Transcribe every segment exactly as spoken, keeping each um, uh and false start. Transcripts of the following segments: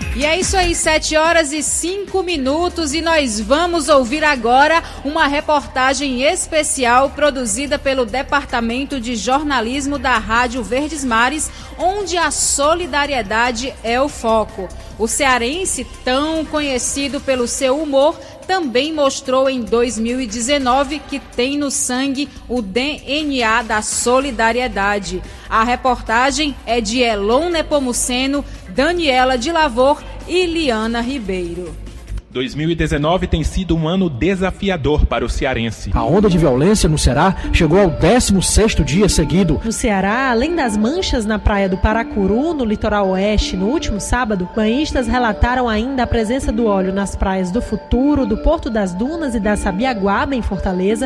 E é isso aí, sete horas e cinco minutos, e nós vamos ouvir agora uma reportagem especial produzida pelo Departamento de Jornalismo da Rádio Verdes Mares, onde a solidariedade é o foco. O cearense, tão conhecido pelo seu humor, também mostrou em dois mil e dezenove que tem no sangue o D N A da solidariedade. A reportagem é de Elon Nepomuceno, Daniela de Lavor e Liana Ribeiro. dois mil e dezenove tem sido um ano desafiador para o cearense. A onda de violência no Ceará chegou ao décimo sexto dia seguido. No Ceará, além das manchas na praia do Paracuru, no litoral oeste, no último sábado, banhistas relataram ainda a presença do óleo nas praias do Futuro, do Porto das Dunas e da Sabiaguaba, em Fortaleza.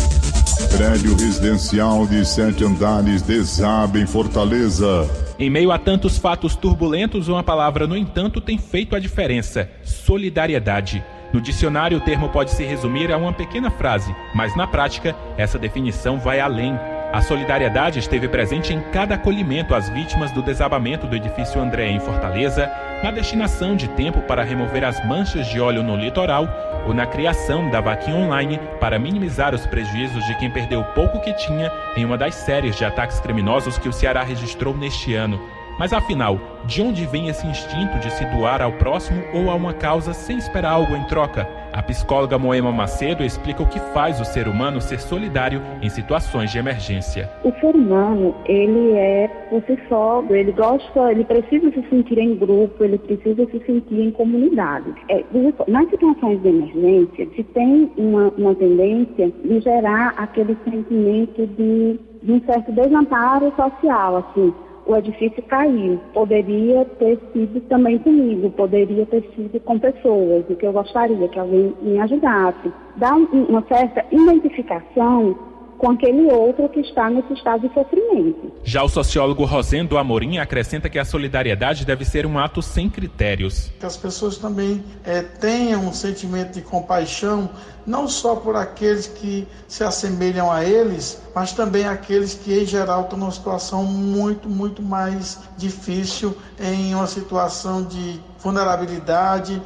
Prédio residencial de sete andares desaba em Fortaleza. Em meio a tantos fatos turbulentos, uma palavra, no entanto, tem feito a diferença: solidariedade. No dicionário, o termo pode se resumir a uma pequena frase, mas na prática, essa definição vai além. A solidariedade esteve presente em cada acolhimento às vítimas do desabamento do edifício André em Fortaleza, na destinação de tempo para remover as manchas de óleo no litoral ou na criação da vaquinha online para minimizar os prejuízos de quem perdeu o pouco que tinha em uma das séries de ataques criminosos que o Ceará registrou neste ano. Mas afinal, de onde vem esse instinto de se doar ao próximo ou a uma causa sem esperar algo em troca? A psicóloga Moema Macedo explica o que faz o ser humano ser solidário em situações de emergência. O ser humano, ele é por si só, ele gosta, ele precisa se sentir em grupo, ele precisa se sentir em comunidade. É, nas situações de emergência, se tem uma, uma tendência de gerar aquele sentimento de, de um certo desamparo social, assim. O edifício caiu, poderia ter sido também comigo, poderia ter sido com pessoas, o que eu gostaria que alguém me ajudasse. Dá uma certa identificação com aquele outro que está nesse estado de sofrimento. Já o sociólogo Rosendo Amorim acrescenta que a solidariedade deve ser um ato sem critérios. Que as pessoas também é, tenham um sentimento de compaixão, não só por aqueles que se assemelham a eles, mas também aqueles que, em geral, estão numa situação muito, muito mais difícil, em uma situação de vulnerabilidade.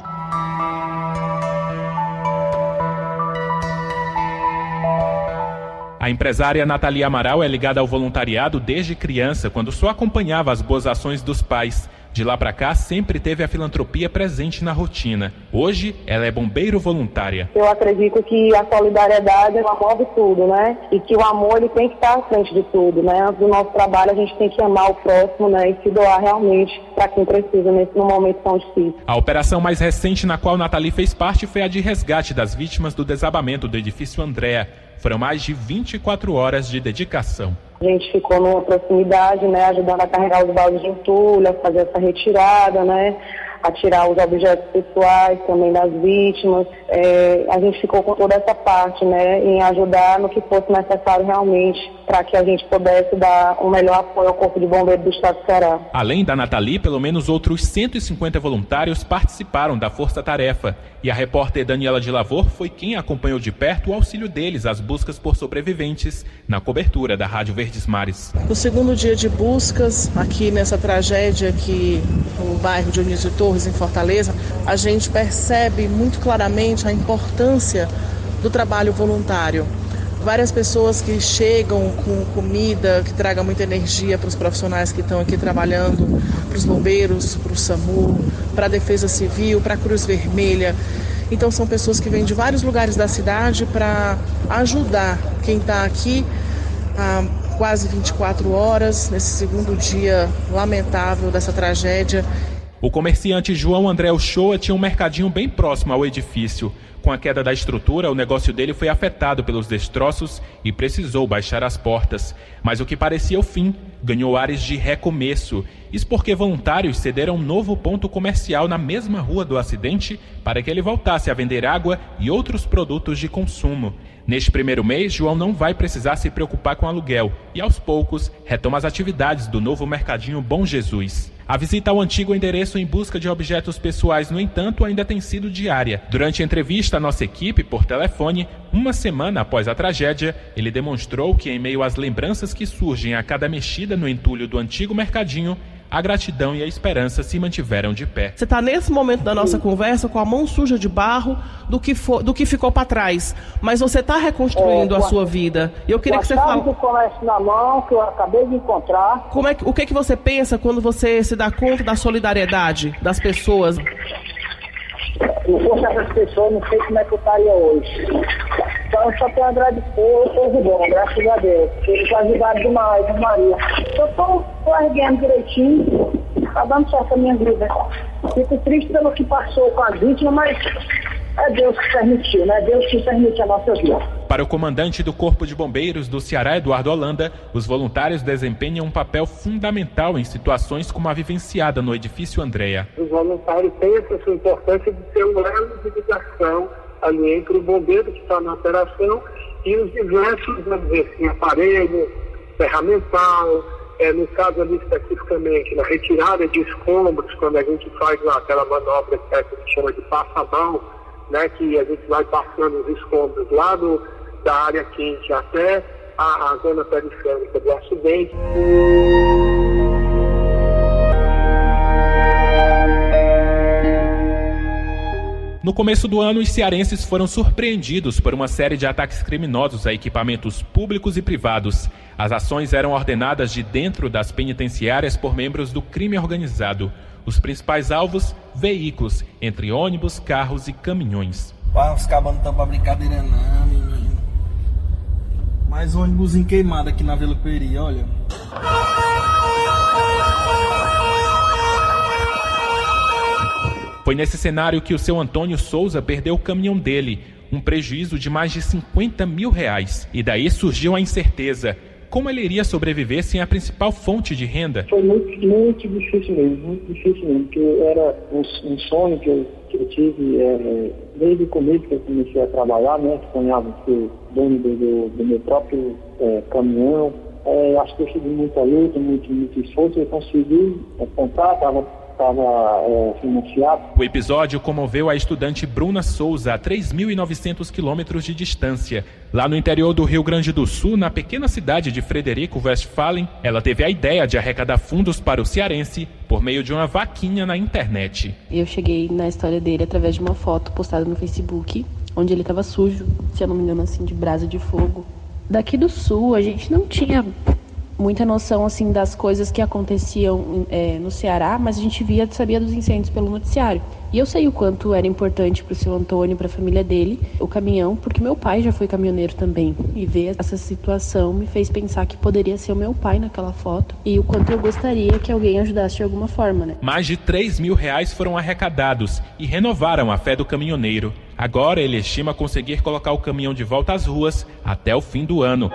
A empresária Nathalie Amaral é ligada ao voluntariado desde criança, quando só acompanhava as boas ações dos pais. De lá para cá, sempre teve a filantropia presente na rotina. Hoje, ela é bombeiro voluntária. Eu acredito que a solidariedade é o amor de tudo, né? E que o amor ele tem que estar à frente de tudo, né? Antes do nosso trabalho, a gente tem que amar o próximo, né? E se doar realmente para quem precisa nesse num momento tão difícil. A operação mais recente na qual Nathalie fez parte foi a de resgate das vítimas do desabamento do edifício Andréa. Foram mais de vinte e quatro horas de dedicação. A gente ficou numa proximidade, né, ajudando a carregar os baldes de entulho, a fazer essa retirada, né, a tirar os objetos pessoais também das vítimas. É, a gente ficou com toda essa parte, né, em ajudar no que fosse necessário realmente para que a gente pudesse dar o melhor apoio ao Corpo de Bombeiros do Estado do Ceará. Além da Nathalie, pelo menos outros cento e cinquenta voluntários participaram da Força Tarefa. E a repórter Daniela de Lavor foi quem acompanhou de perto o auxílio deles às buscas por sobreviventes na cobertura da Rádio Verdes Mares. No segundo dia de buscas, aqui nessa tragédia aqui no bairro Dionísio Torres, em Fortaleza, a gente percebe muito claramente a importância do trabalho voluntário. Várias pessoas que chegam com comida, que tragam muita energia para os profissionais que estão aqui trabalhando, para os bombeiros, para o SAMU, para a Defesa Civil, para a Cruz Vermelha. Então são pessoas que vêm de vários lugares da cidade para ajudar quem está aqui há quase vinte e quatro horas, nesse segundo dia lamentável dessa tragédia. O comerciante João André Uchoa tinha um mercadinho bem próximo ao edifício. Com a queda da estrutura, o negócio dele foi afetado pelos destroços e precisou baixar as portas. Mas o que parecia o fim ganhou ares de recomeço. Isso porque voluntários cederam um novo ponto comercial na mesma rua do acidente para que ele voltasse a vender água e outros produtos de consumo. Neste primeiro mês, João não vai precisar se preocupar com aluguel e, aos poucos, retoma as atividades do novo mercadinho Bom Jesus. A visita ao antigo endereço em busca de objetos pessoais, no entanto, ainda tem sido diária. Durante a entrevista à nossa equipe por telefone, uma semana após a tragédia, ele demonstrou que, em meio às lembranças que surgem a cada mexida no entulho do antigo mercadinho, a gratidão e a esperança se mantiveram de pé. Você está nesse momento da nossa conversa com a mão suja de barro do que, for, do que ficou para trás, mas você está reconstruindo é, a sua vida. E eu queria que você falasse do comércio na mão que eu acabei de encontrar. Como é que, o que, que você pensa quando você se dá conta da solidariedade das pessoas? Não fosse essas pessoas, não sei como é que eu estaria hoje. Então eu só tenho a agradecer o povo bom, graças a Deus. Eles ajudaram demais, Maria. Eu estou erguendo direitinho, está dando certo a minha vida. Fico triste pelo que passou com a vítima, mas é Deus que permitiu, né? Deus que permite a nossa vida. Para o comandante do Corpo de Bombeiros do Ceará, Eduardo Holanda, os voluntários desempenham um papel fundamental em situações como a vivenciada no edifício Andréa. Os voluntários têm essa importância de ser um elo de ligação ali entre o bombeiro que está na operação e os diversos, vamos dizer assim, aparelhos, ferramental, é, no caso ali especificamente, na retirada de escombros, quando a gente faz lá, aquela manobra que a gente chama de passa-mão, né, que a gente vai passando os escombros lá do, da área quente até a, a zona periférica do acidente. No começo do ano, os cearenses foram surpreendidos por uma série de ataques criminosos a equipamentos públicos e privados. As ações eram ordenadas de dentro das penitenciárias por membros do crime organizado. Os principais alvos, veículos, entre ônibus, carros e caminhões. Ah, os cabos não estão pra brincadeira não, menino. Mais um ônibusinho queimado aqui na Vila Peri, olha. Foi nesse cenário que o seu Antônio Souza perdeu o caminhão dele, um prejuízo de mais de cinquenta mil reais. E daí surgiu a incerteza. Como ele iria sobreviver sem a principal fonte de renda? Foi muito, muito difícil mesmo, muito difícil mesmo, porque era um, um sonho que eu, que eu tive é, desde o começo que eu comecei a trabalhar, né? Sonhava ser dono do, do, do meu próprio é, caminhão. É, acho que eu tive muita luta, muito, muito esforço, eu consegui é, comprar, estava estava é, financiado. O episódio comoveu a estudante Bruna Souza a três mil e novecentos quilômetros de distância. Lá no interior do Rio Grande do Sul, na pequena cidade de Frederico Westphalen, ela teve a ideia de arrecadar fundos para o cearense por meio de uma vaquinha na internet. Eu cheguei na história dele através de uma foto postada no Facebook, onde ele estava sujo, se eu não me engano, assim, de brasa de fogo. Daqui do Sul, a gente não tinha muita noção assim das coisas que aconteciam é, no Ceará, mas a gente via, sabia dos incêndios pelo noticiário. E eu sei o quanto era importante para o seu Antônio, para a família dele, o caminhão, porque meu pai já foi caminhoneiro também. E ver essa situação me fez pensar que poderia ser o meu pai naquela foto e o quanto eu gostaria que alguém ajudasse de alguma forma, né? Mais de três mil reais foram arrecadados e renovaram a fé do caminhoneiro. Agora ele estima conseguir colocar o caminhão de volta às ruas até o fim do ano.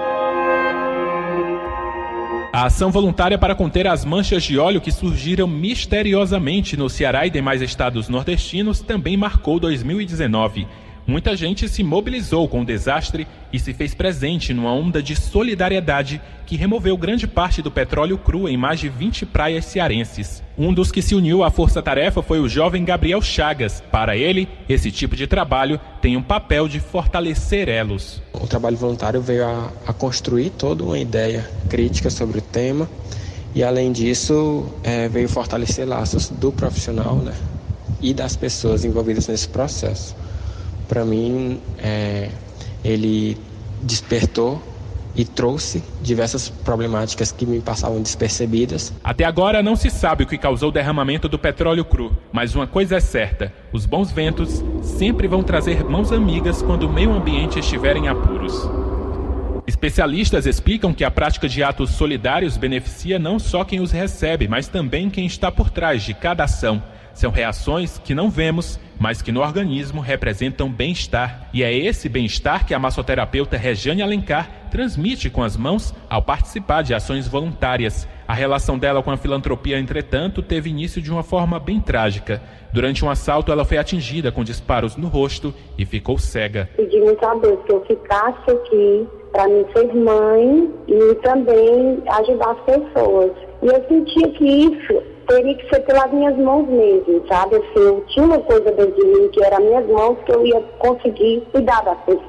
A ação voluntária para conter as manchas de óleo que surgiram misteriosamente no Ceará e demais estados nordestinos também marcou dois mil e dezenove. Muita gente se mobilizou com o desastre e se fez presente numa onda de solidariedade que removeu grande parte do petróleo cru em mais de vinte praias cearenses. Um dos que se uniu à força-tarefa foi o jovem Gabriel Chagas. Para ele, esse tipo de trabalho tem um papel de fortalecer elos. O trabalho voluntário veio a, a construir toda uma ideia crítica sobre o tema e, além disso, é, veio fortalecer laços do profissional, né, e das pessoas envolvidas nesse processo. Para mim, é, ele despertou e trouxe diversas problemáticas que me passavam despercebidas. Até agora não se sabe o que causou o derramamento do petróleo cru, mas uma coisa é certa, os bons ventos sempre vão trazer mãos amigas quando o meio ambiente estiver em apuros. Especialistas explicam que a prática de atos solidários beneficia não só quem os recebe, mas também quem está por trás de cada ação. São reações que não vemos, mas que no organismo representam bem-estar. E é esse bem-estar que a massoterapeuta Regiane Alencar transmite com as mãos ao participar de ações voluntárias. A relação dela com a filantropia, entretanto, teve início de uma forma bem trágica. Durante um assalto, ela foi atingida com disparos no rosto e ficou cega. Pedi muito a Deus que eu ficasse aqui para mim ser mãe e também ajudar as pessoas. E eu sentia que isso teria que ser pelas minhas mãos mesmo, sabe? Assim, eu tinha uma coisa dentro de mim que era minhas mãos que eu ia conseguir cuidar das pessoas.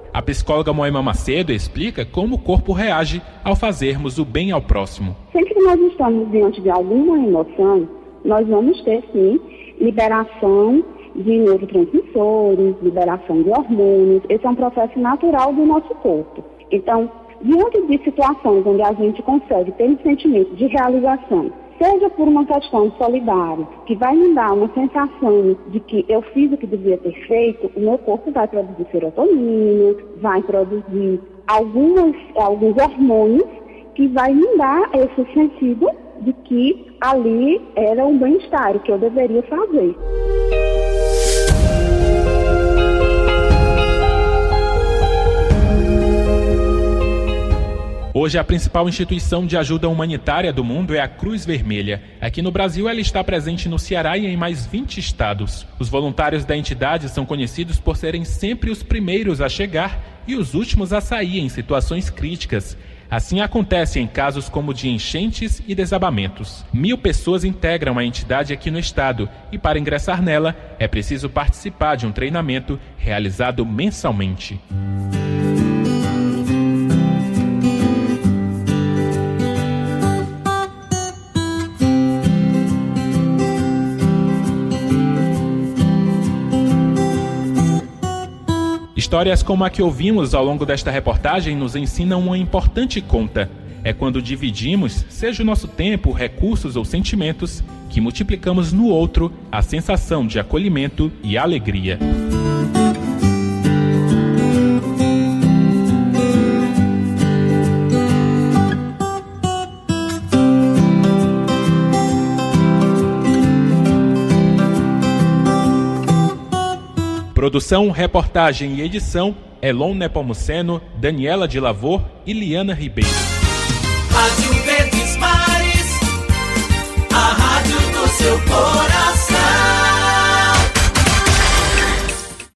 A psicóloga Moema Macedo explica como o corpo reage ao fazermos o bem ao próximo. Sempre que nós estamos diante de alguma emoção, nós vamos ter, sim, liberação de neurotransmissores, liberação de hormônios. Esse é um processo natural do nosso corpo. Então, diante de situações onde a gente consegue ter um sentimento de realização, seja por uma questão solidária, que vai me dar uma sensação de que eu fiz o que devia ter feito, o meu corpo vai produzir serotonina, vai produzir algumas, alguns hormônios que vai me dar esse sentido de que ali era um bem-estar, o que eu deveria fazer. Hoje, a principal instituição de ajuda humanitária do mundo é a Cruz Vermelha. Aqui no Brasil, ela está presente no Ceará e em mais vinte estados. Os voluntários da entidade são conhecidos por serem sempre os primeiros a chegar e os últimos a sair em situações críticas. Assim acontece em casos como de enchentes e desabamentos. Mil pessoas integram a entidade aqui no estado e, para ingressar nela, é preciso participar de um treinamento realizado mensalmente. Histórias como a que ouvimos ao longo desta reportagem nos ensinam uma importante conta. É quando dividimos, seja o nosso tempo, recursos ou sentimentos, que multiplicamos no outro a sensação de acolhimento e alegria. Produção, reportagem e edição, Elon Nepomuceno, Daniela de Lavor e Liana Ribeiro.